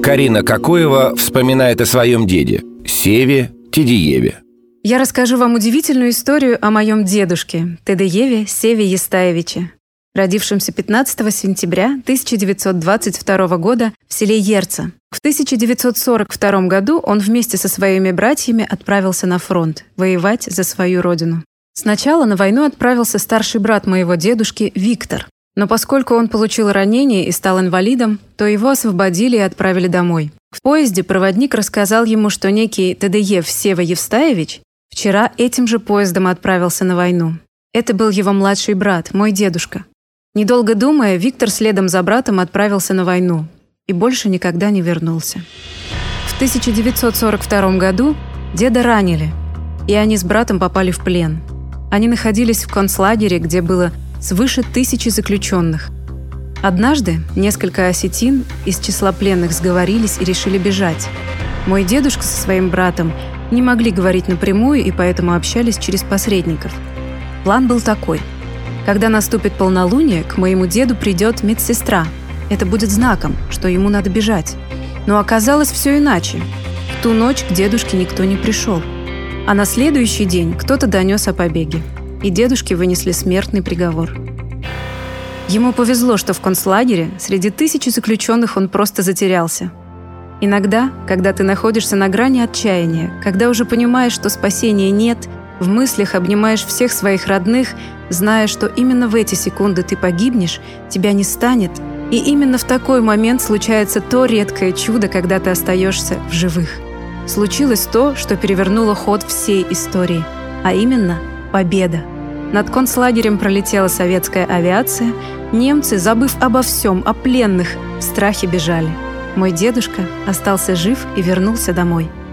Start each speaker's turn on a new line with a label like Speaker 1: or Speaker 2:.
Speaker 1: Карина Кокоева вспоминает о своем деде Севе Тедееве.
Speaker 2: Я расскажу вам удивительную историю о моем дедушке Тедееве Севе Естаевиче, родившемся 15 сентября 1922 года в селе Ерца. В 1942 году он вместе со своими братьями отправился на фронт воевать за свою родину. Сначала на войну отправился старший брат моего дедушки Виктор, но поскольку он получил ранение и стал инвалидом, то его освободили и отправили домой. В поезде проводник рассказал ему, что некий Тедеев Сева Евстаевич вчера этим же поездом отправился на войну. Это был его младший брат, мой дедушка. Недолго думая, Виктор следом за братом отправился на войну и больше никогда не вернулся. В 1942 году деда ранили, и они с братом попали в плен. Они находились в концлагере, где было свыше 1000 заключенных. Однажды несколько осетин из числа пленных сговорились и решили бежать. Мой дедушка со своим братом не могли говорить напрямую и поэтому общались через посредников. План был такой. Когда наступит полнолуние, к моему деду придет медсестра. Это будет знаком, что ему надо бежать. Но оказалось все иначе. В ту ночь к дедушке никто не пришел. А на следующий день кто-то донес о побеге. И дедушке вынесли смертный приговор. Ему повезло, что в концлагере среди 1000 заключенных он просто затерялся. Иногда, когда ты находишься на грани отчаяния, когда уже понимаешь, что спасения нет, в мыслях обнимаешь всех своих родных, зная, что именно в эти секунды ты погибнешь, тебя не станет, и именно в такой момент случается то редкое чудо, когда ты остаешься в живых. Случилось то, что перевернуло ход всей истории, а именно победа. Над концлагерем пролетела советская авиация, немцы, забыв обо всем, о пленных, в страхе бежали. Мой дедушка остался жив и вернулся домой.